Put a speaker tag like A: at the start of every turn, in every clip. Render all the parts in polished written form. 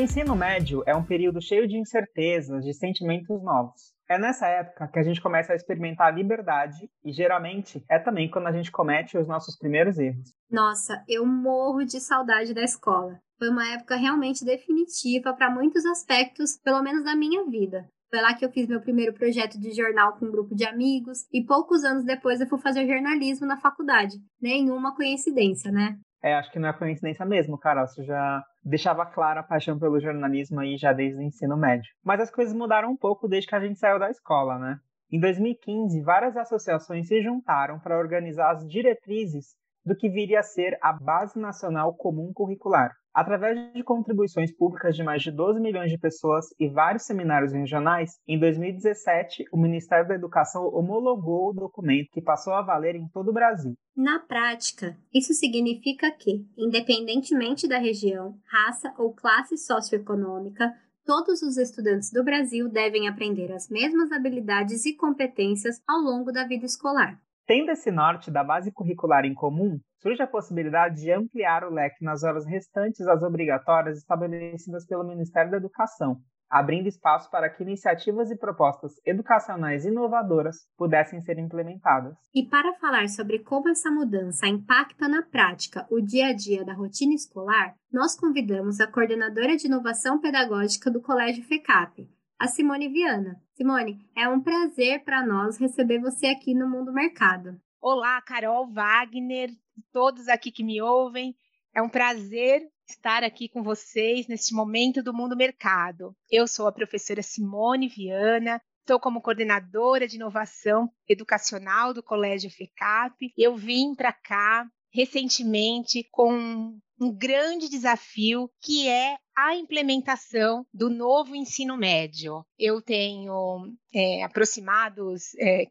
A: ensino médio é um período cheio de incertezas, de sentimentos novos. É nessa época que a gente começa a experimentar a liberdade e, geralmente, é também quando a gente comete os nossos primeiros erros.
B: Nossa, eu morro de saudade da escola. Foi uma época realmente definitiva para muitos aspectos, pelo menos da minha vida. Foi lá que eu fiz meu primeiro projeto de jornal com um grupo de amigos e poucos anos depois eu fui fazer jornalismo na faculdade. Nenhuma coincidência, né?
A: Acho que não é coincidência mesmo, Carol. Você já deixava clara a paixão pelo jornalismo aí já desde o ensino médio. Mas as coisas mudaram um pouco desde que a gente saiu da escola, né? Em 2015, várias associações se juntaram para organizar as diretrizes do que viria a ser a Base Nacional Comum Curricular. Através de contribuições públicas de mais de 12 milhões de pessoas e vários seminários regionais, em 2017, o Ministério da Educação homologou o documento que passou a valer em todo o Brasil.
B: Na prática, isso significa que, independentemente da região, raça ou classe socioeconômica, todos os estudantes do Brasil devem aprender as mesmas habilidades e competências ao longo da vida escolar.
A: Tendo esse norte da base curricular em comum, surge a possibilidade de ampliar o leque nas horas restantes às obrigatórias estabelecidas pelo Ministério da Educação, abrindo espaço para que iniciativas e propostas educacionais inovadoras pudessem ser implementadas.
B: E para falar sobre como essa mudança impacta na prática o dia a dia da rotina escolar, nós convidamos a coordenadora de inovação pedagógica do Colégio FECAP, a Simone Viana. Simone, é um prazer para nós receber você aqui no Mundo Mercado.
C: Olá, Carol, Wagner, todos aqui que me ouvem. É um prazer estar aqui com vocês neste momento do Mundo Mercado. Eu sou a professora Simone Viana, estou como coordenadora de inovação educacional do Colégio FECAP. Eu vim para cá recentemente com um grande desafio que é a implementação do novo ensino médio. Eu tenho aproximados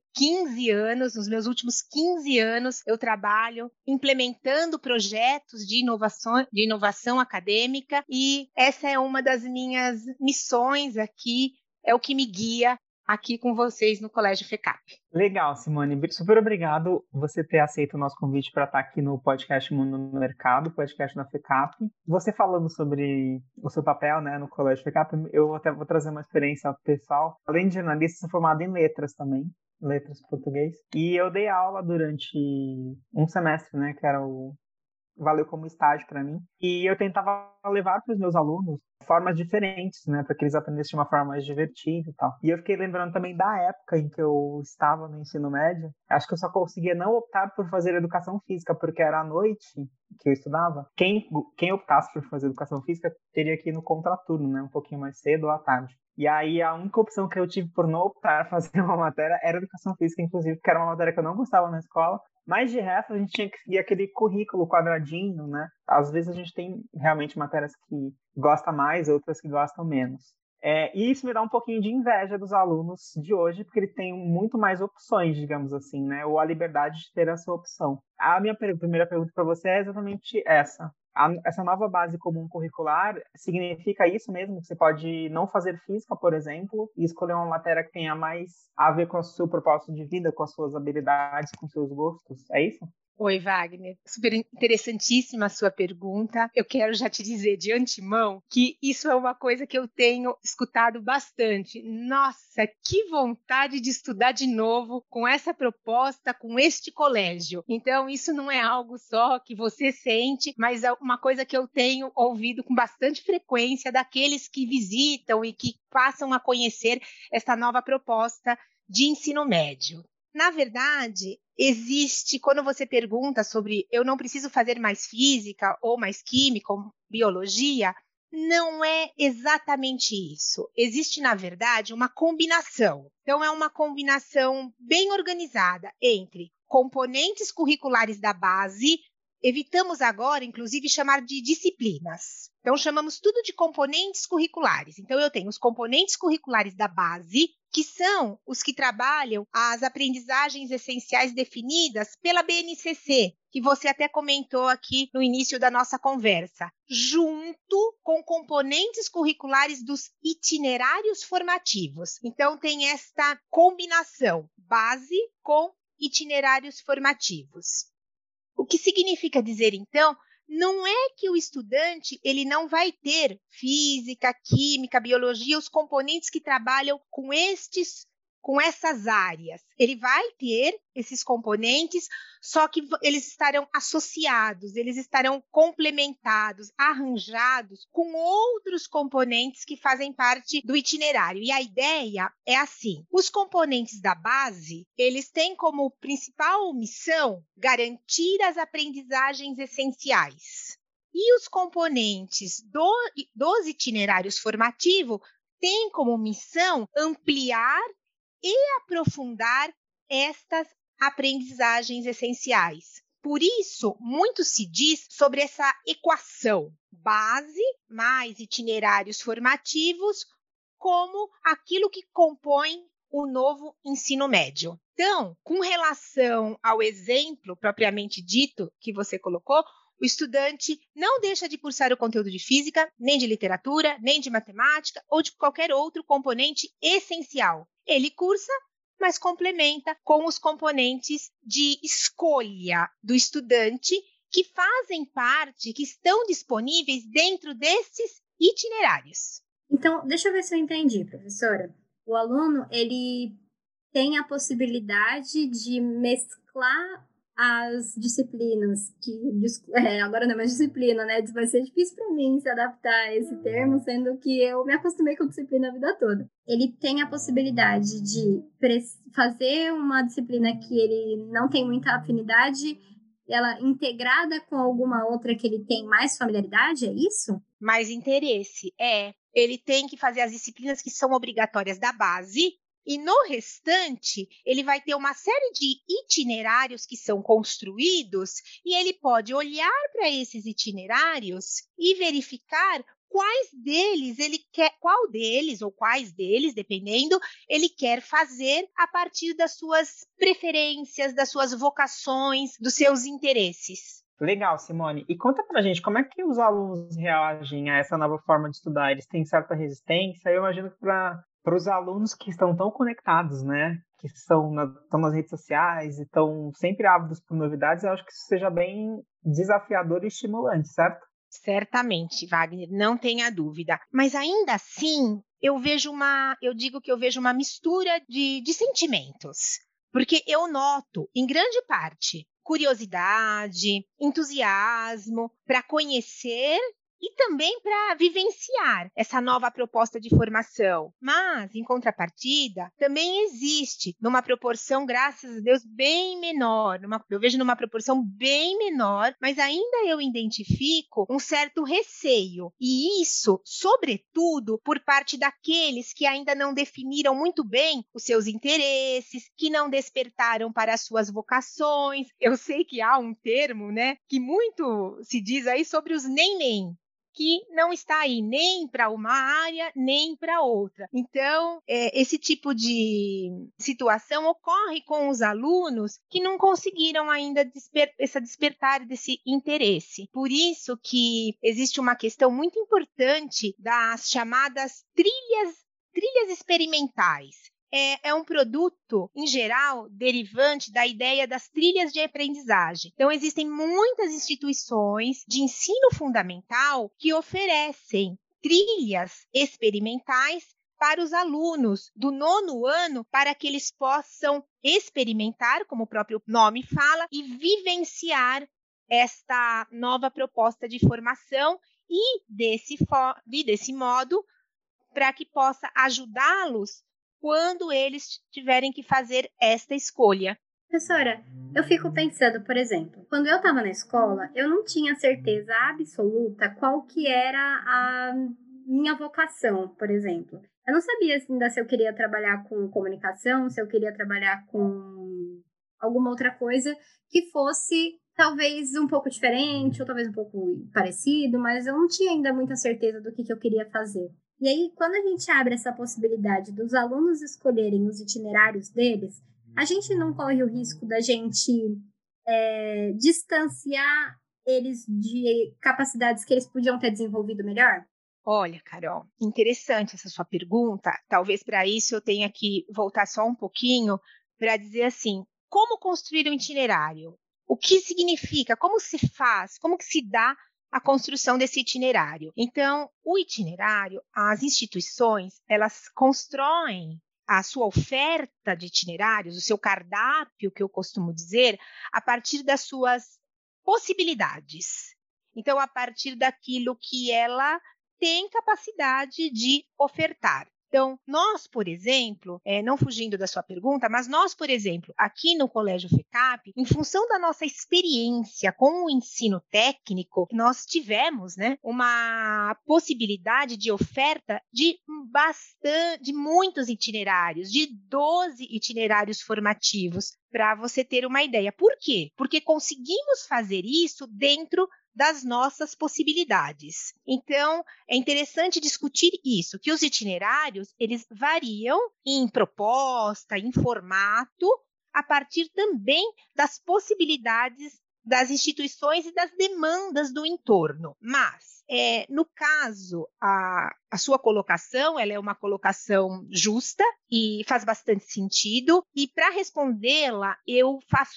C: 15 anos, nos meus últimos 15 anos, eu trabalho implementando projetos de inovação acadêmica e essa é uma das minhas missões aqui, é o que me guia aqui com vocês no Colégio FECAP.
A: Legal, Simone. Super obrigado você ter aceito o nosso convite para estar aqui no podcast Mundo no Mercado, podcast da FECAP. Você falando sobre o seu papel, né, no Colégio FECAP, eu até vou trazer uma experiência pessoal. Além de jornalista, sou formado em letras também, letras português. E eu dei aula durante um semestre, né, que era valeu como estágio para mim. E eu tentava levar para os meus alunos formas diferentes, né, para que eles aprendessem de uma forma mais divertida e tal. E eu fiquei lembrando também da época em que eu estava no ensino médio. Acho que eu só conseguia não optar por fazer educação física, porque era à noite que eu estudava. Quem optasse por fazer educação física teria que ir no contraturno, né, um pouquinho mais cedo ou à tarde. E aí a única opção que eu tive por não optar fazer uma matéria era educação física, inclusive, que era uma matéria que eu não gostava na escola. Mas de resto, a gente tinha que seguir aquele currículo quadradinho, né? Às vezes a gente tem realmente matérias que gosta mais, outras que gostam menos. E isso me dá um pouquinho de inveja dos alunos de hoje, porque eles têm muito mais opções, digamos assim, né? Ou a liberdade de ter a sua opção. A minha primeira pergunta para você é exatamente essa. Essa nova base comum curricular significa isso mesmo? Que você pode não fazer física, por exemplo, e escolher uma matéria que tenha mais a ver com o seu propósito de vida, com as suas habilidades, com os seus gostos? É isso?
C: Oi, Wagner. Super interessantíssima a sua pergunta. Eu quero já te dizer de antemão que isso é uma coisa que eu tenho escutado bastante. Nossa, que vontade de estudar de novo com essa proposta, com este colégio. Então, isso não é algo só que você sente, mas é uma coisa que eu tenho ouvido com bastante frequência daqueles que visitam e que passam a conhecer essa nova proposta de ensino médio. Na verdade, existe, quando você pergunta sobre eu não preciso fazer mais física ou mais química ou biologia, não é exatamente isso. Existe, na verdade, uma combinação. Então, é uma combinação bem organizada entre componentes curriculares da base. Evitamos agora, inclusive, chamar de disciplinas. Então, chamamos tudo de componentes curriculares. Então, eu tenho os componentes curriculares da base, que são os que trabalham as aprendizagens essenciais definidas pela BNCC, que você até comentou aqui no início da nossa conversa, junto com componentes curriculares dos itinerários formativos. Então, tem esta combinação, base com itinerários formativos. O que significa dizer, então, não é que o estudante ele não vai ter física, química, biologia, os componentes que trabalham com essas áreas. Ele vai ter esses componentes, só que eles estarão associados, eles estarão complementados, arranjados com outros componentes que fazem parte do itinerário. E a ideia é assim: os componentes da base, eles têm como principal missão garantir as aprendizagens essenciais. E os componentes dos itinerários formativos têm como missão ampliar e aprofundar estas aprendizagens essenciais. Por isso, muito se diz sobre essa equação: base mais itinerários formativos como aquilo que compõe o novo ensino médio. Então, com relação ao exemplo propriamente dito que você colocou, o estudante não deixa de cursar o conteúdo de física, nem de literatura, nem de matemática ou de qualquer outro componente essencial. Ele cursa, mas complementa com os componentes de escolha do estudante que fazem parte, que estão disponíveis dentro desses itinerários.
B: Então, deixa eu ver se eu entendi, professora. O aluno, ele tem a possibilidade de mesclar as disciplinas, agora não é mais disciplina, né? Vai ser difícil para mim se adaptar a esse termo, sendo que eu me acostumei com disciplina a vida toda. Ele tem a possibilidade de fazer uma disciplina que ele não tem muita afinidade, ela integrada com alguma outra que ele tem mais familiaridade, é isso?
C: Mais interesse, ele tem que fazer as disciplinas que são obrigatórias da base, e no restante, ele vai ter uma série de itinerários que são construídos e ele pode olhar para esses itinerários e verificar qual deles ou quais deles, dependendo, ele quer fazer a partir das suas preferências, das suas vocações, dos seus interesses.
A: Legal, Simone. E conta pra gente, como é que os alunos reagem a essa nova forma de estudar? Eles têm certa resistência? Eu imagino que para os alunos que estão tão conectados, né? Que estão nas redes sociais e estão sempre ávidos por novidades, eu acho que isso seja bem desafiador e estimulante, certo?
C: Certamente, Wagner, não tenha dúvida. Mas ainda assim, eu digo que eu vejo uma mistura de sentimentos. Porque eu noto, em grande parte, curiosidade, entusiasmo para conhecer e também para vivenciar essa nova proposta de formação. Mas, em contrapartida, também existe, numa proporção, graças a Deus, bem menor, eu vejo numa proporção bem menor, mas ainda eu identifico um certo receio. E isso, sobretudo, por parte daqueles que ainda não definiram muito bem os seus interesses, que não despertaram para as suas vocações. Eu sei que há um termo, né, que muito se diz aí sobre os nem, que não está aí nem para uma área, nem para outra. Então, esse tipo de situação ocorre com os alunos que não conseguiram ainda despertar desse interesse. Por isso que existe uma questão muito importante das chamadas trilhas experimentais. É um produto, em geral, derivante da ideia das trilhas de aprendizagem. Então, existem muitas instituições de ensino fundamental que oferecem trilhas experimentais para os alunos do 9º ano, para que eles possam experimentar, como o próprio nome fala, e vivenciar esta nova proposta de formação e, desse modo, para que possa ajudá-los quando eles tiverem que fazer esta escolha.
B: Professora, eu fico pensando, por exemplo, quando eu estava na escola, eu não tinha certeza absoluta qual que era a minha vocação, por exemplo. Eu não sabia ainda se eu queria trabalhar com comunicação, se eu queria trabalhar com alguma outra coisa que fosse talvez um pouco diferente ou talvez um pouco parecido, mas eu não tinha ainda muita certeza do que eu queria fazer. E aí, quando a gente abre essa possibilidade dos alunos escolherem os itinerários deles, a gente não corre o risco da gente distanciar eles de capacidades que eles podiam ter desenvolvido melhor?
C: Olha, Carol, interessante essa sua pergunta. Talvez para isso eu tenha que voltar só um pouquinho para dizer assim, como construir um itinerário? O que significa? Como se faz? Como que se dá a construção desse itinerário? Então, o itinerário, as instituições, elas constroem a sua oferta de itinerários, o seu cardápio, que eu costumo dizer, a partir das suas possibilidades. Então, a partir daquilo que ela tem capacidade de ofertar. Então, nós, por exemplo, não fugindo da sua pergunta, mas nós, por exemplo, aqui no Colégio FECAP, em função da nossa experiência com o ensino técnico, nós tivemos, né, uma possibilidade de oferta de muitos itinerários, de 12 itinerários formativos, para você ter uma ideia. Por quê? Porque conseguimos fazer isso dentro das nossas possibilidades. Então, é interessante discutir isso, que os itinerários, eles variam em proposta, em formato, a partir também das possibilidades das instituições e das demandas do entorno. Mas, no caso, a sua colocação, ela é uma colocação justa e faz bastante sentido. E para respondê-la, eu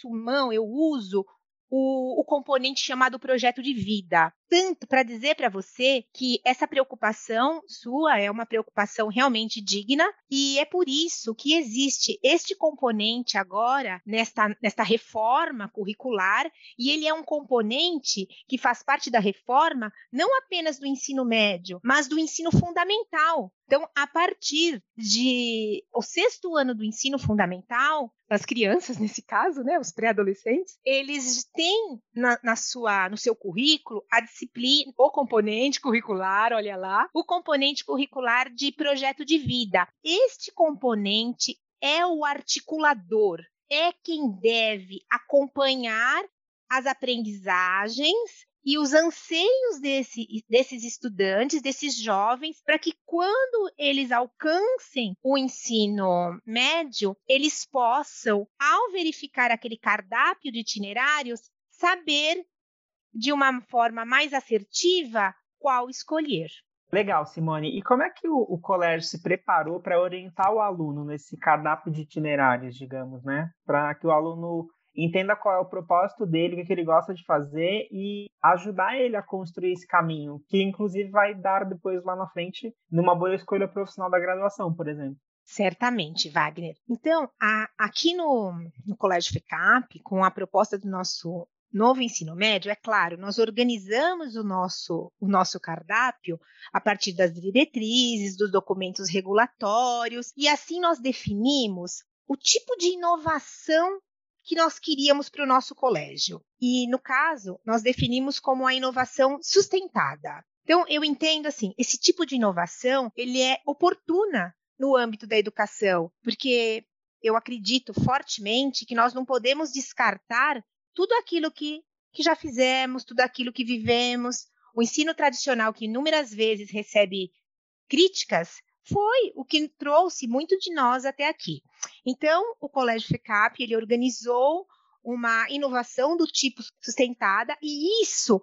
C: uso o componente chamado projeto de vida. Tanto para dizer para você que essa preocupação sua é uma preocupação realmente digna e é por isso que existe este componente agora nesta reforma curricular e ele é um componente que faz parte da reforma não apenas do ensino médio, mas do ensino fundamental. Então, a partir o 6º ano do ensino fundamental, as crianças, nesse caso, né, os pré-adolescentes, eles têm no seu currículo a disciplina, o componente curricular, olha lá, o componente curricular de projeto de vida. Este componente é o articulador, é quem deve acompanhar as aprendizagens e os anseios desses estudantes, desses jovens, para que quando eles alcancem o ensino médio, eles possam, ao verificar aquele cardápio de itinerários, saber de uma forma mais assertiva qual escolher.
A: Legal, Simone. E como é que o colégio se preparou para orientar o aluno nesse cardápio de itinerários, digamos, né? Para que o aluno entenda qual é o propósito dele, o que ele gosta de fazer e ajudar ele a construir esse caminho, que inclusive vai dar depois lá na frente numa boa escolha profissional da graduação, por exemplo.
C: Certamente, Wagner. Então, aqui no Colégio FECAP, com a proposta do nosso novo ensino médio, é claro, nós organizamos o nosso cardápio a partir das diretrizes, dos documentos regulatórios, e assim nós definimos o tipo de inovação que nós queríamos para o nosso colégio. E, no caso, nós definimos como a inovação sustentada. Então, eu entendo assim, esse tipo de inovação, ele é oportuna no âmbito da educação, porque eu acredito fortemente que nós não podemos descartar tudo aquilo que já fizemos, tudo aquilo que vivemos. O ensino tradicional, que inúmeras vezes recebe críticas, foi o que trouxe muito de nós até aqui. Então, o Colégio FECAP, ele organizou uma inovação do tipo sustentada e isso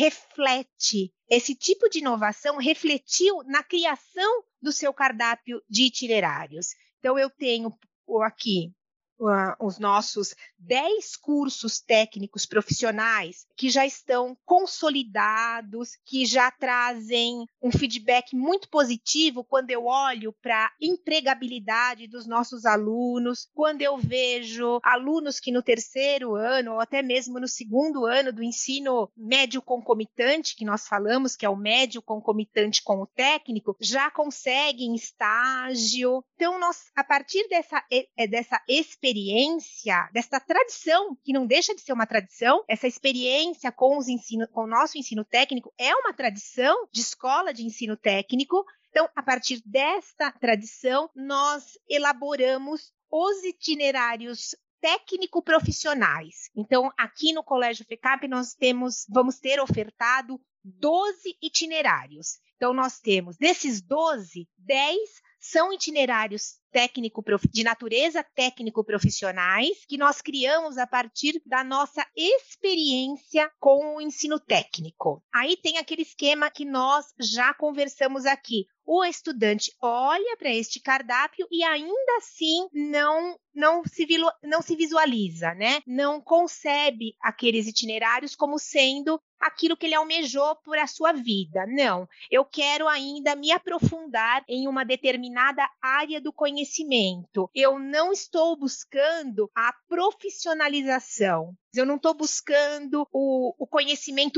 C: esse tipo de inovação refletiu na criação do seu cardápio de itinerários. Então, eu tenho aqui os nossos 10 cursos técnicos profissionais que já estão consolidados, que já trazem um feedback muito positivo quando eu olho para a empregabilidade dos nossos alunos, quando eu vejo alunos que no 3º ano ou até mesmo no 2º ano do ensino médio concomitante, que nós falamos que é o médio concomitante com o técnico, já conseguem estágio. Então, nós, a partir dessa experiência, dessa tradição, que não deixa de ser uma tradição, essa experiência com o nosso ensino técnico é uma tradição de escola de ensino técnico. Então, a partir desta tradição, nós elaboramos os itinerários técnico-profissionais. Então, aqui no Colégio FECAP, vamos ter ofertado 12 itinerários. Então, nós temos, desses 12, 10 são itinerários de natureza técnico-profissionais que nós criamos a partir da nossa experiência com o ensino técnico. Aí tem aquele esquema que nós já conversamos aqui. O estudante olha para este cardápio e ainda assim não se visualiza, né? Não concebe aqueles itinerários como sendo aquilo que ele almejou para a sua vida. Não, eu quero ainda me aprofundar em uma determinada área do conhecimento. Eu não estou buscando a profissionalização. Eu não estou buscando o conhecimento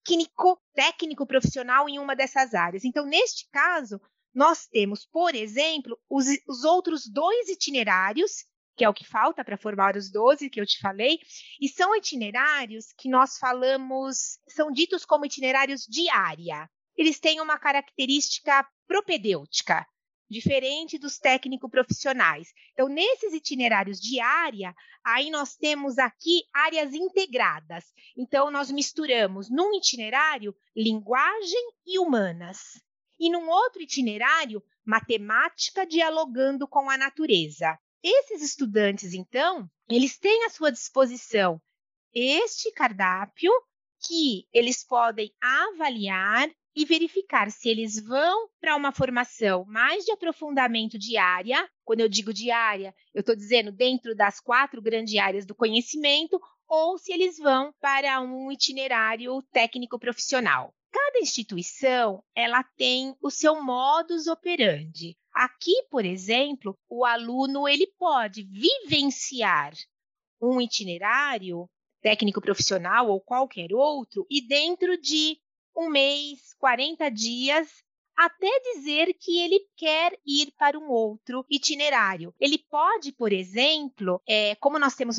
C: técnico profissional em uma dessas áreas. Então, neste caso, nós temos, por exemplo, os outros 2 itinerários, que é o que falta para formar os 12 que eu te falei, e são itinerários que nós falamos, são ditos como itinerários de área. Eles têm uma característica propedêutica, diferente dos técnico-profissionais. Então, nesses itinerários de área, aí nós temos aqui áreas integradas. Então, nós misturamos num itinerário linguagem e humanas. E num outro itinerário, matemática dialogando com a natureza. Esses estudantes, então, eles têm à sua disposição este cardápio que eles podem avaliar e verificar se eles vão para uma formação mais de aprofundamento de área. Quando eu digo de área, eu estou dizendo dentro das 4 grandes áreas do conhecimento, ou se eles vão para um itinerário técnico-profissional. Cada instituição, ela tem o seu modus operandi. Aqui, por exemplo, o aluno ele pode vivenciar um itinerário técnico-profissional ou qualquer outro e dentro de 1 mês, 40 dias, até dizer que ele quer ir para um outro itinerário. Ele pode, por exemplo, como nós temos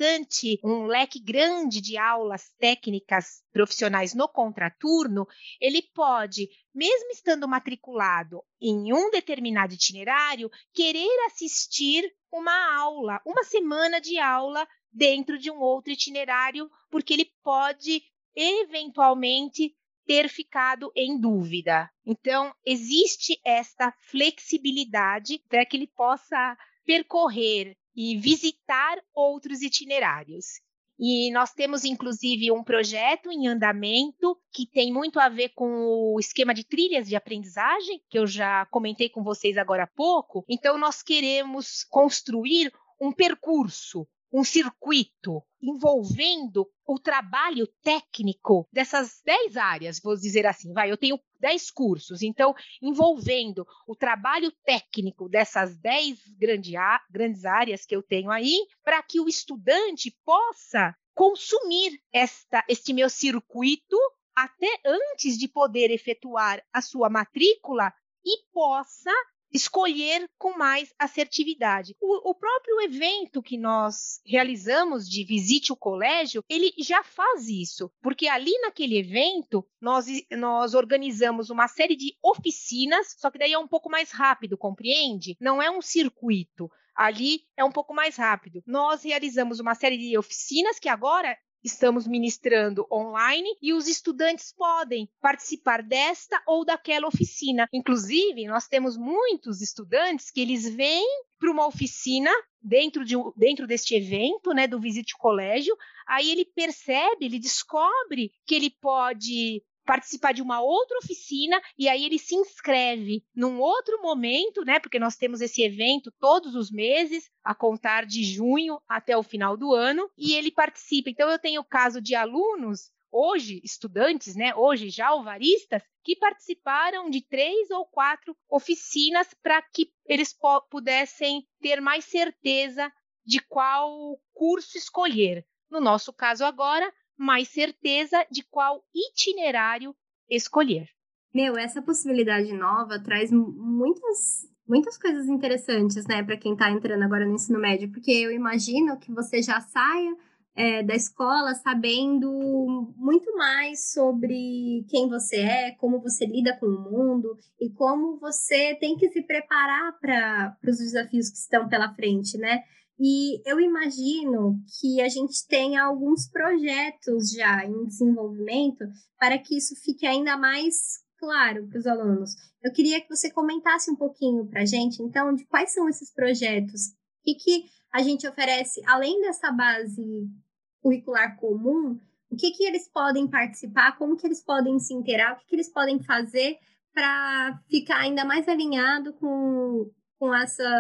C: um leque grande de aulas técnicas profissionais no contraturno, ele pode, mesmo estando matriculado em um determinado itinerário, querer assistir uma aula, uma semana de aula dentro de um outro itinerário, porque ele pode, eventualmente, ter ficado em dúvida. Então, existe esta flexibilidade para que ele possa percorrer e visitar outros itinerários. E nós temos, inclusive, um projeto em andamento que tem muito a ver com o esquema de trilhas de aprendizagem, que eu já comentei com vocês agora há pouco. Então, nós queremos construir um percurso, um circuito envolvendo o trabalho técnico dessas 10 áreas, vou dizer assim, eu tenho 10 cursos, então envolvendo o trabalho técnico dessas 10 grandes áreas que eu tenho aí, para que o estudante possa consumir este meu circuito até antes de poder efetuar a sua matrícula e possa escolher com mais assertividade. O próprio evento que nós realizamos de Visite o Colégio, ele já faz isso, porque ali naquele evento nós organizamos uma série de oficinas, só que daí é um pouco mais rápido, compreende? Não é um circuito. Ali é um pouco mais rápido. Nós realizamos uma série de oficinas que agora estamos ministrando online e os estudantes podem participar desta ou daquela oficina. Inclusive, nós temos muitos estudantes que eles vêm para uma oficina dentro deste evento, né, do Visite o Colégio, aí ele percebe, ele descobre que ele pode participar de uma outra oficina e aí ele se inscreve num outro momento, né? Porque nós temos esse evento todos os meses, a contar de junho até o final do ano, e ele participa. Então, eu tenho o caso de alunos, hoje estudantes, né? Hoje já alvaristas, que participaram de 3 ou 4 oficinas para que eles pudessem ter mais certeza de qual curso escolher. No nosso caso agora, mais certeza de qual itinerário escolher.
B: Essa possibilidade nova traz muitas coisas interessantes, né, para quem está entrando agora no ensino médio, porque eu imagino que você já saia da escola sabendo muito mais sobre quem você é, como você lida com o mundo e como você tem que se preparar para os desafios que estão pela frente, né? E eu imagino que a gente tenha alguns projetos já em desenvolvimento para que isso fique ainda mais claro para os alunos. Eu queria que você comentasse um pouquinho para a gente, então, de quais são esses projetos, o que a gente oferece, além dessa base curricular comum, o que eles podem participar, como que eles podem se inteirar, o que eles podem fazer para ficar ainda mais alinhado com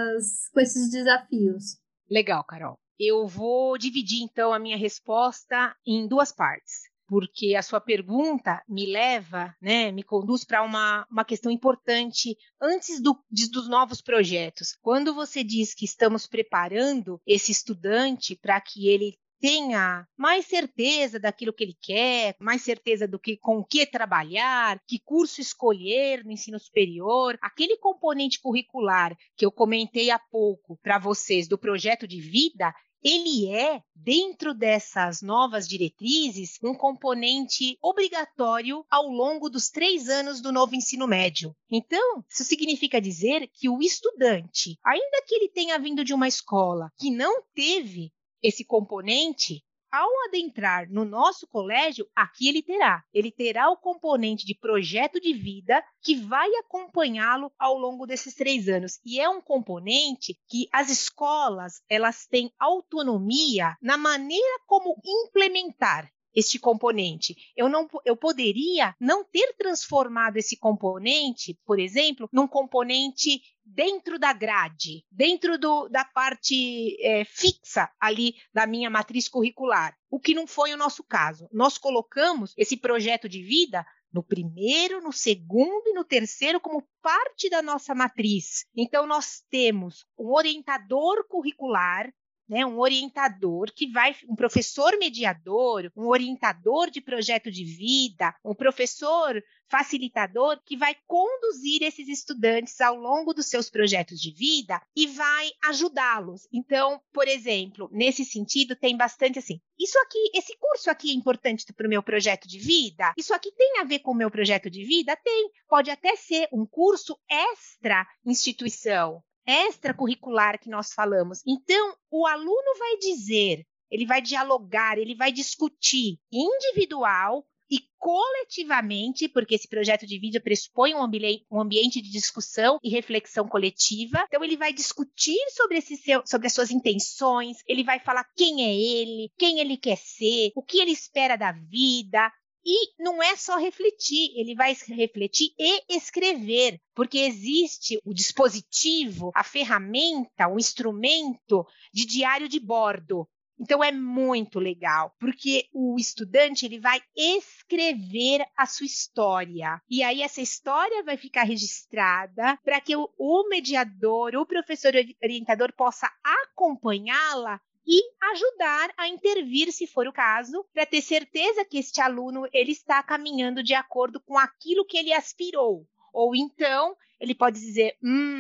B: esses desafios.
C: Legal, Carol. Eu vou dividir, então, a minha resposta em duas partes, porque a sua pergunta me leva, né, me conduz para uma questão importante antes dos novos projetos. Quando você diz que estamos preparando esse estudante para que ele tenha mais certeza daquilo que ele quer, mais certeza com o que trabalhar, que curso escolher no ensino superior, aquele componente curricular que eu comentei há pouco para vocês do projeto de vida, ele é, dentro dessas novas diretrizes, um componente obrigatório ao longo dos 3 anos do novo ensino médio. Então, isso significa dizer que o estudante, ainda que ele tenha vindo de uma escola que não teve esse componente, ao adentrar no nosso colégio, aqui ele terá o componente de projeto de vida que vai acompanhá-lo ao longo desses 3 anos. E é um componente que as escolas, elas têm autonomia na maneira como implementar este componente. Eu poderia não ter transformado esse componente, por exemplo, num componente dentro da grade, dentro da parte fixa ali da minha matriz curricular, o que não foi o nosso caso. Nós colocamos esse projeto de vida no primeiro, no segundo e no terceiro como parte da nossa matriz. Então, nós temos um orientador curricular, né, um orientador um professor mediador, um orientador de projeto de vida, um professor facilitador que vai conduzir esses estudantes ao longo dos seus projetos de vida e vai ajudá-los. Então, por exemplo, nesse sentido, tem bastante assim, esse curso aqui é importante para o meu projeto de vida? Isso aqui tem a ver com o meu projeto de vida? Tem. Pode até ser um curso extra instituição, extracurricular que nós falamos. Então, o aluno vai dizer, ele vai dialogar, ele vai discutir individual e coletivamente, porque esse projeto de vida pressupõe um ambiente de discussão e reflexão coletiva. Então, ele vai discutir sobre as suas intenções, ele vai falar quem é ele, quem ele quer ser, o que ele espera da vida. E não é só refletir, ele vai refletir e escrever, porque existe o dispositivo, a ferramenta, o instrumento de diário de bordo. Então, é muito legal, porque o estudante ele vai escrever a sua história. E aí, essa história vai ficar registrada para que o mediador, o professor orientador possa acompanhá-la e ajudar a intervir, se for o caso, para ter certeza que este aluno ele está caminhando de acordo com aquilo que ele aspirou. Ou então, ele pode dizer,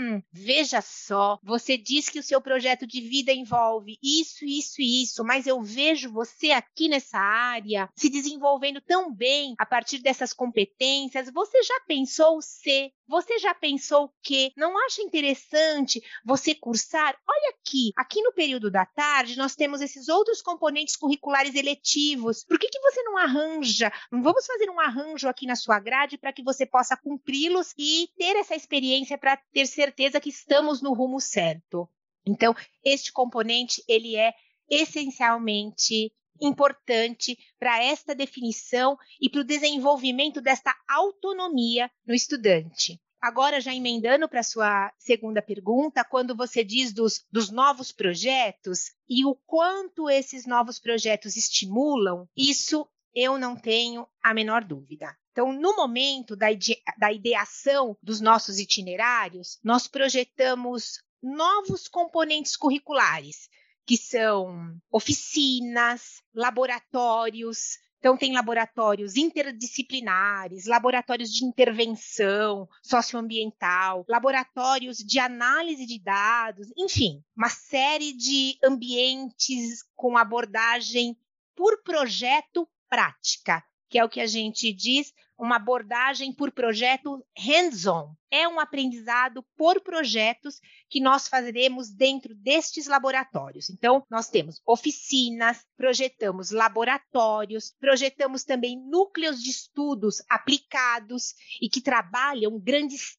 C: veja só, você diz que o seu projeto de vida envolve isso, isso e isso, mas eu vejo você aqui nessa área se desenvolvendo tão bem a partir dessas competências. Você já pensou se? Você já pensou que? Não acha interessante você cursar? Olha aqui no período da tarde, nós temos esses outros componentes curriculares eletivos. Por que você não arranja? Vamos fazer um arranjo aqui na sua grade para que você possa cumpri-los e ter essa experiência para ter certeza que estamos no rumo certo. Então, este componente, ele é essencialmente importante para esta definição e para o desenvolvimento desta autonomia no estudante. Agora, já emendando para a sua segunda pergunta, quando você diz dos novos projetos e o quanto esses novos projetos estimulam, isso eu não tenho a menor dúvida. Então, no momento da ideação dos nossos itinerários, nós projetamos novos componentes curriculares, que são oficinas, laboratórios. Então, tem laboratórios interdisciplinares, laboratórios de intervenção socioambiental, laboratórios de análise de dados, enfim, uma série de ambientes com abordagem por projeto prática, que é o que a gente diz, uma abordagem por projeto hands-on. É um aprendizado por projetos que nós faremos dentro destes laboratórios. Então, nós temos oficinas, projetamos laboratórios, projetamos também núcleos de estudos aplicados e que trabalham grandes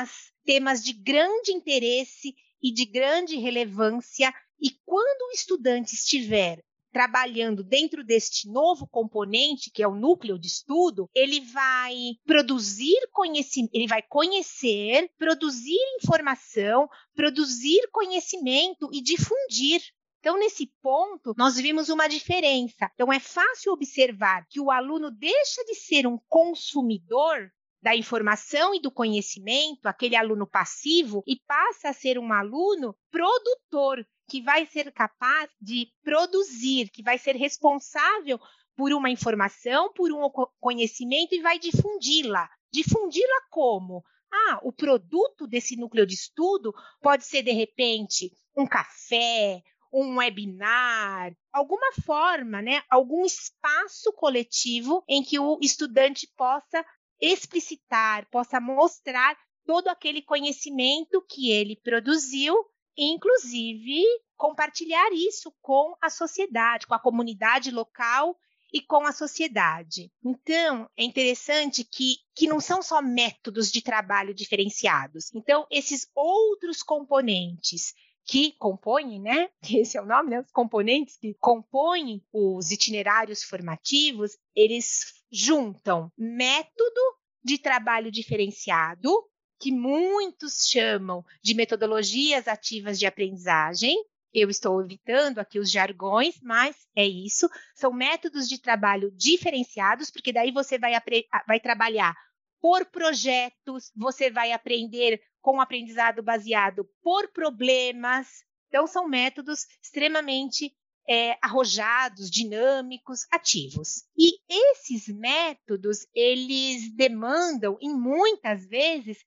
C: temas de grande interesse e de grande relevância. E quando o estudante estiver trabalhando dentro deste novo componente, que é o núcleo de estudo, ele vai produzir conhecimento, ele vai conhecer, produzir informação, produzir conhecimento e difundir. Então, nesse ponto, nós vimos uma diferença. Então, é fácil observar que o aluno deixa de ser um consumidor da informação e do conhecimento, aquele aluno passivo, e passa a ser um aluno produtor, que vai ser capaz de produzir, que vai ser responsável por uma informação, por um conhecimento e vai difundi-la. Difundi-la como? O produto desse núcleo de estudo pode ser, de repente, um café, um webinar, alguma forma, né? Algum espaço coletivo em que o estudante possa explicitar, possa mostrar todo aquele conhecimento que ele produziu, inclusive compartilhar isso com a sociedade, com a comunidade local e com a sociedade. Então, é interessante que não são só métodos de trabalho diferenciados. Então, esses outros componentes que compõem, né? Esse é o nome, né? Os componentes que compõem os itinerários formativos, eles juntam método de trabalho diferenciado, que muitos chamam de metodologias ativas de aprendizagem. Eu estou evitando aqui os jargões, mas é isso. São métodos de trabalho diferenciados, porque daí você vai trabalhar por projetos, você vai aprender com aprendizado baseado por problemas. Então, são métodos extremamente arrojados, dinâmicos, ativos. E esses métodos, eles demandam, e muitas vezes,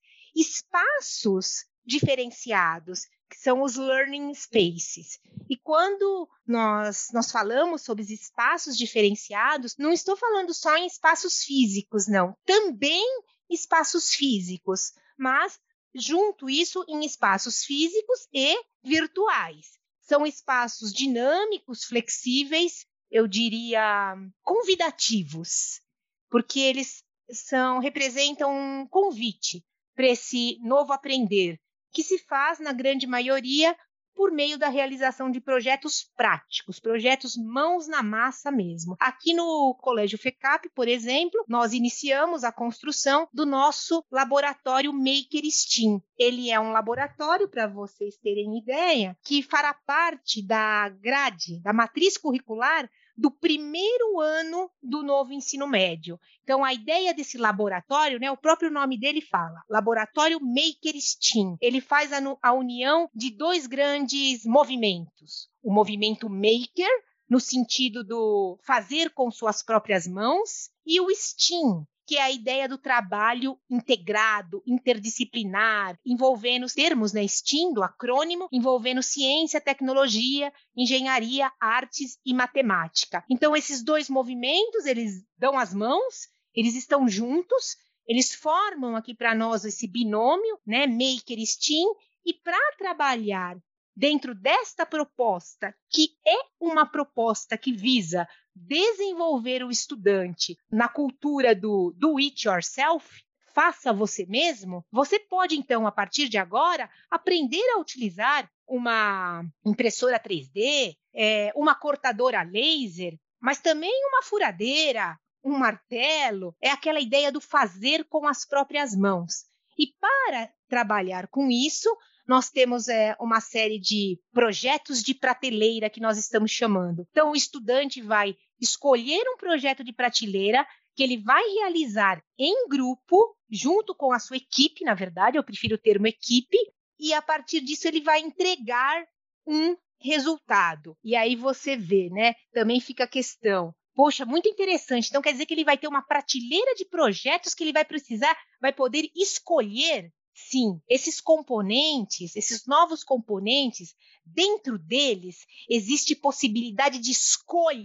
C: espaços diferenciados, que são os learning spaces. E quando nós falamos sobre os espaços diferenciados, não estou falando só em espaços físicos, não. Também espaços físicos, mas junto isso em espaços físicos e virtuais. São espaços dinâmicos, flexíveis, eu diria convidativos, porque eles representam um convite para esse novo aprender, que se faz, na grande maioria, por meio da realização de projetos práticos, projetos mãos na massa mesmo. Aqui no Colégio FECAP, por exemplo, nós iniciamos a construção do nosso laboratório Maker STEAM. Ele é um laboratório, para vocês terem ideia, que fará parte da grade, da matriz curricular do primeiro ano do novo ensino médio. Então, a ideia desse laboratório, né, o próprio nome dele fala, Laboratório Maker STEAM. Ele faz a união de dois grandes movimentos. O movimento Maker, no sentido do fazer com suas próprias mãos, e o STEAM, que é a ideia do trabalho integrado, interdisciplinar, envolvendo os termos, né, STEAM, do acrônimo, envolvendo ciência, tecnologia, engenharia, artes e matemática. Então, esses dois movimentos, eles dão as mãos, eles estão juntos, eles formam aqui para nós esse binômio, né, Maker STEAM, e para trabalhar dentro desta proposta, que é uma proposta que visa desenvolver o estudante na cultura do do it yourself, faça você mesmo, você pode, então, a partir de agora, aprender a utilizar uma impressora 3D, uma cortadora laser, mas também uma furadeira, um martelo, é aquela ideia do fazer com as próprias mãos. E para trabalhar com isso, nós temos uma série de projetos de prateleira que nós estamos chamando. Então, o estudante vai escolher um projeto de prateleira que ele vai realizar em grupo, junto com a sua equipe, na verdade, eu prefiro o termo equipe, e a partir disso ele vai entregar um resultado. E aí você vê, né? Também fica a questão. Poxa, muito interessante. Então, quer dizer que ele vai ter uma prateleira de projetos que ele vai precisar, vai poder escolher. Sim, esses componentes, esses novos componentes, dentro deles existe possibilidade de escolha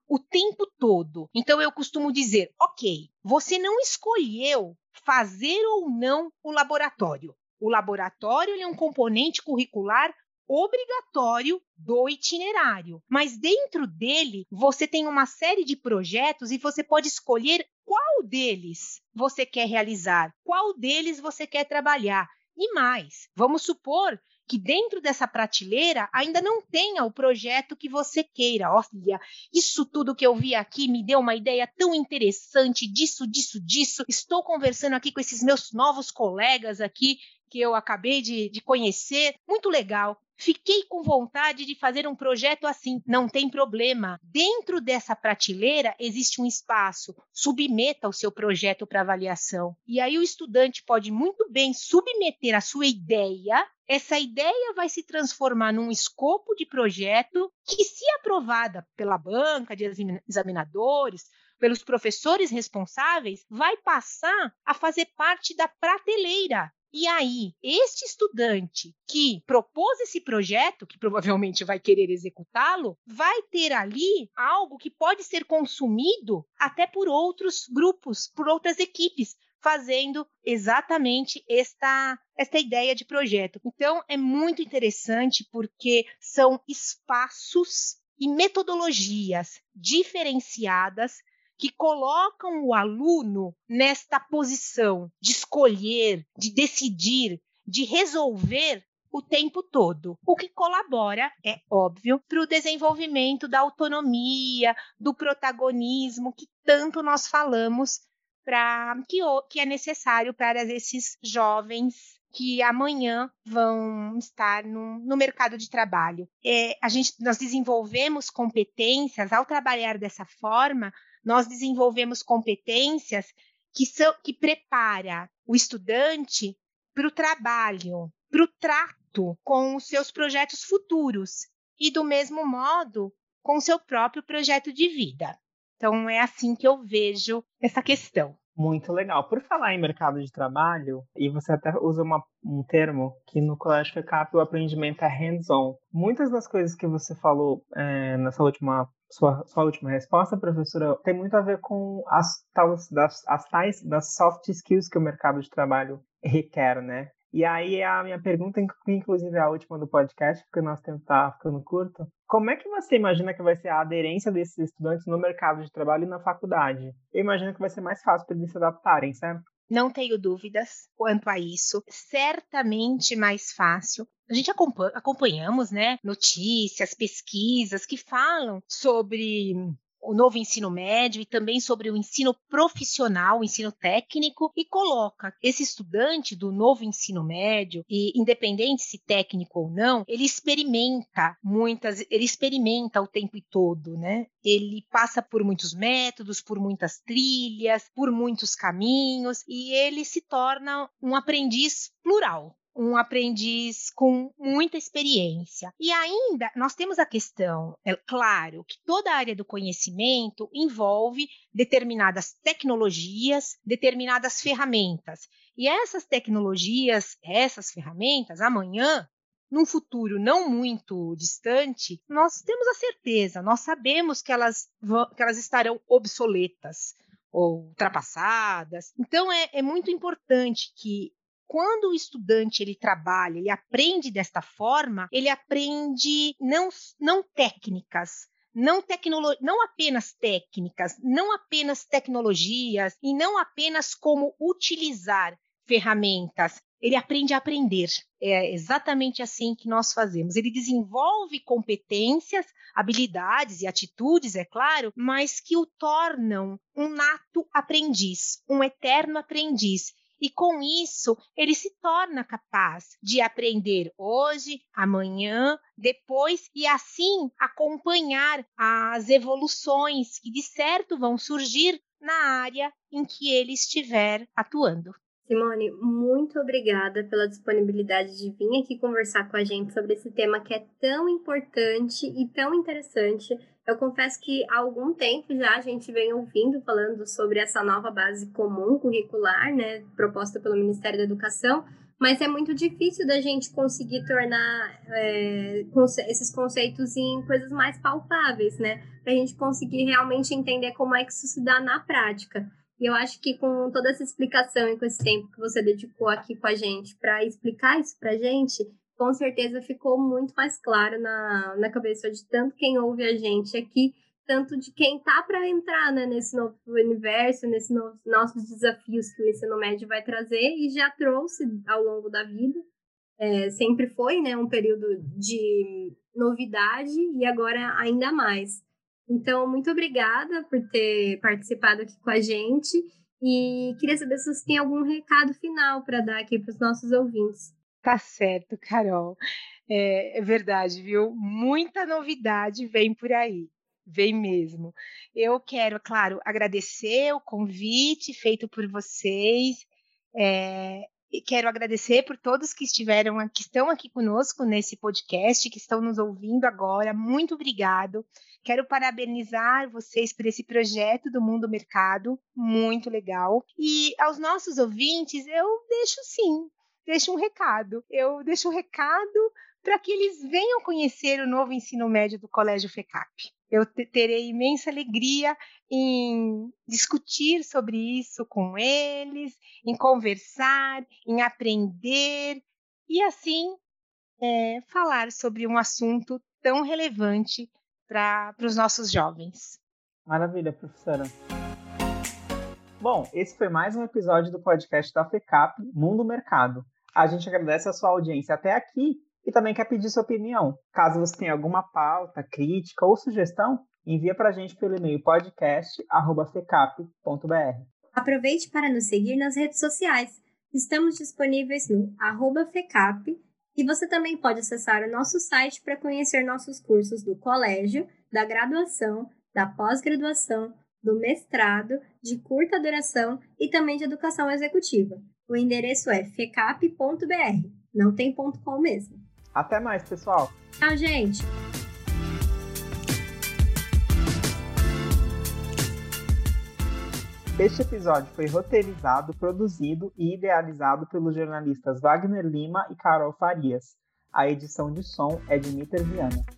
C: o tempo todo. Então, eu costumo dizer, ok, você não escolheu fazer ou não o laboratório. O laboratório é um componente curricular obrigatório do itinerário, mas dentro dele você tem uma série de projetos e você pode escolher qual deles você quer realizar, qual deles você quer trabalhar. E mais, vamos supor que dentro dessa prateleira ainda não tenha o projeto que você queira. Olha, isso tudo que eu vi aqui me deu uma ideia tão interessante disso. Estou conversando aqui com esses meus novos colegas aqui que eu acabei de conhecer. Muito legal. Fiquei com vontade de fazer um projeto assim. Não tem problema. Dentro dessa prateleira existe um espaço. Submeta o seu projeto para avaliação. E aí o estudante pode muito bem submeter a sua ideia. Essa ideia vai se transformar num escopo de projeto que, se aprovada pela banca de examinadores, pelos professores responsáveis, vai passar a fazer parte da prateleira. E aí, este estudante que propôs esse projeto, que provavelmente vai querer executá-lo, vai ter ali algo que pode ser consumido até por outros grupos, por outras equipes, fazendo exatamente esta ideia de projeto. Então, é muito interessante porque são espaços e metodologias diferenciadas que colocam o aluno nesta posição de escolher, de decidir, de resolver o tempo todo, o que colabora, é óbvio, para o desenvolvimento da autonomia, do protagonismo que tanto nós falamos que é necessário para esses jovens que amanhã vão estar no mercado de trabalho. Nós desenvolvemos competências, ao trabalhar dessa forma, nós desenvolvemos competências que prepara o estudante para o trabalho, para o trato com os seus projetos futuros e, do mesmo modo, com o seu próprio projeto de vida. Então, é assim que eu vejo essa questão.
A: Muito legal. Por falar em mercado de trabalho, e você até usa um termo que no Colégio FECAP o aprendimento é hands-on. Muitas das coisas que você falou nessa sua última resposta, professora, tem muito a ver com as tais das soft skills que o mercado de trabalho requer, né? E aí a minha pergunta, inclusive é a última do podcast, porque o nosso tempo está ficando curto. Como é que você imagina que vai ser a aderência desses estudantes no mercado de trabalho e na faculdade? Eu imagino que vai ser mais fácil para eles se adaptarem, certo?
C: Não tenho dúvidas quanto a isso. Certamente mais fácil. A gente acompanhamos, né, notícias, pesquisas que falam sobre o novo ensino médio e também sobre o ensino profissional, o ensino técnico, e coloca esse estudante do novo ensino médio, e independente se técnico ou não, ele experimenta o tempo todo, né? Ele passa por muitos métodos, por muitas trilhas, por muitos caminhos, e ele se torna um aprendiz plural. Um aprendiz com muita experiência. E ainda, nós temos a questão, é claro, que toda a área do conhecimento envolve determinadas tecnologias, determinadas ferramentas. E essas tecnologias, essas ferramentas, amanhã, num futuro não muito distante, nós temos a certeza, nós sabemos que elas estarão obsoletas ou ultrapassadas. Então, é muito importante que, quando o estudante ele trabalha, ele aprende desta forma, ele aprende não técnicas, não apenas técnicas, não apenas tecnologias e não apenas como utilizar ferramentas. Ele aprende a aprender. É exatamente assim que nós fazemos. Ele desenvolve competências, habilidades e atitudes, é claro, mas que o tornam um nato aprendiz, um eterno aprendiz. E com isso, ele se torna capaz de aprender hoje, amanhã, depois, e assim acompanhar as evoluções que de certo vão surgir na área em que ele estiver atuando.
B: Simone, muito obrigada pela disponibilidade de vir aqui conversar com a gente sobre esse tema que é tão importante e tão interessante. Eu confesso que há algum tempo já a gente vem ouvindo falando sobre essa nova base comum curricular, né, proposta pelo Ministério da Educação, mas é muito difícil da gente conseguir tornar esses conceitos em coisas mais palpáveis, né? Pra gente conseguir realmente entender como é que isso se dá na prática. E eu acho que com toda essa explicação e com esse tempo que você dedicou aqui com a gente para explicar isso pra gente, com certeza ficou muito mais claro na cabeça de tanto quem ouve a gente aqui, tanto de quem tá para entrar, né, nesse novo universo, nesses nossos desafios que o ensino médio vai trazer e já trouxe ao longo da vida. Sempre foi, né, um período de novidade e agora ainda mais. Então, muito obrigada por ter participado aqui com a gente e queria saber se você tem algum recado final para dar aqui para os nossos ouvintes.
C: Tá certo, Carol. É verdade, viu? Muita novidade vem por aí. Vem mesmo. Eu quero, claro, agradecer o convite feito por vocês. E quero agradecer por todos que estão aqui conosco nesse podcast, que estão nos ouvindo agora. Muito obrigado. Quero parabenizar vocês por esse projeto do Mundo Mercado, muito legal. E aos nossos ouvintes, eu deixo um recado. Eu deixo um recado para que eles venham conhecer o novo ensino médio do Colégio FECAP. Eu terei imensa alegria em discutir sobre isso com eles, em conversar, em aprender e, assim, falar sobre um assunto tão relevante para os nossos jovens.
A: Maravilha, professora. Bom, esse foi mais um episódio do podcast da FECAP, Mundo Mercado. A gente agradece a sua audiência até aqui e também quer pedir sua opinião. Caso você tenha alguma pauta, crítica ou sugestão, envia para a gente pelo e-mail podcast@fecap.br.
B: Aproveite para nos seguir nas redes sociais. Estamos disponíveis no @fecap e você também pode acessar o nosso site para conhecer nossos cursos do colégio, da graduação, da pós-graduação, do mestrado, de curta duração e também de educação executiva. O endereço é fecap.br, não tem .com mesmo.
A: Até mais, pessoal!
B: Tchau, gente!
A: Este episódio foi roteirizado, produzido e idealizado pelos jornalistas Wagner Lima e Carol Farias. A edição de som é de Miter Viana.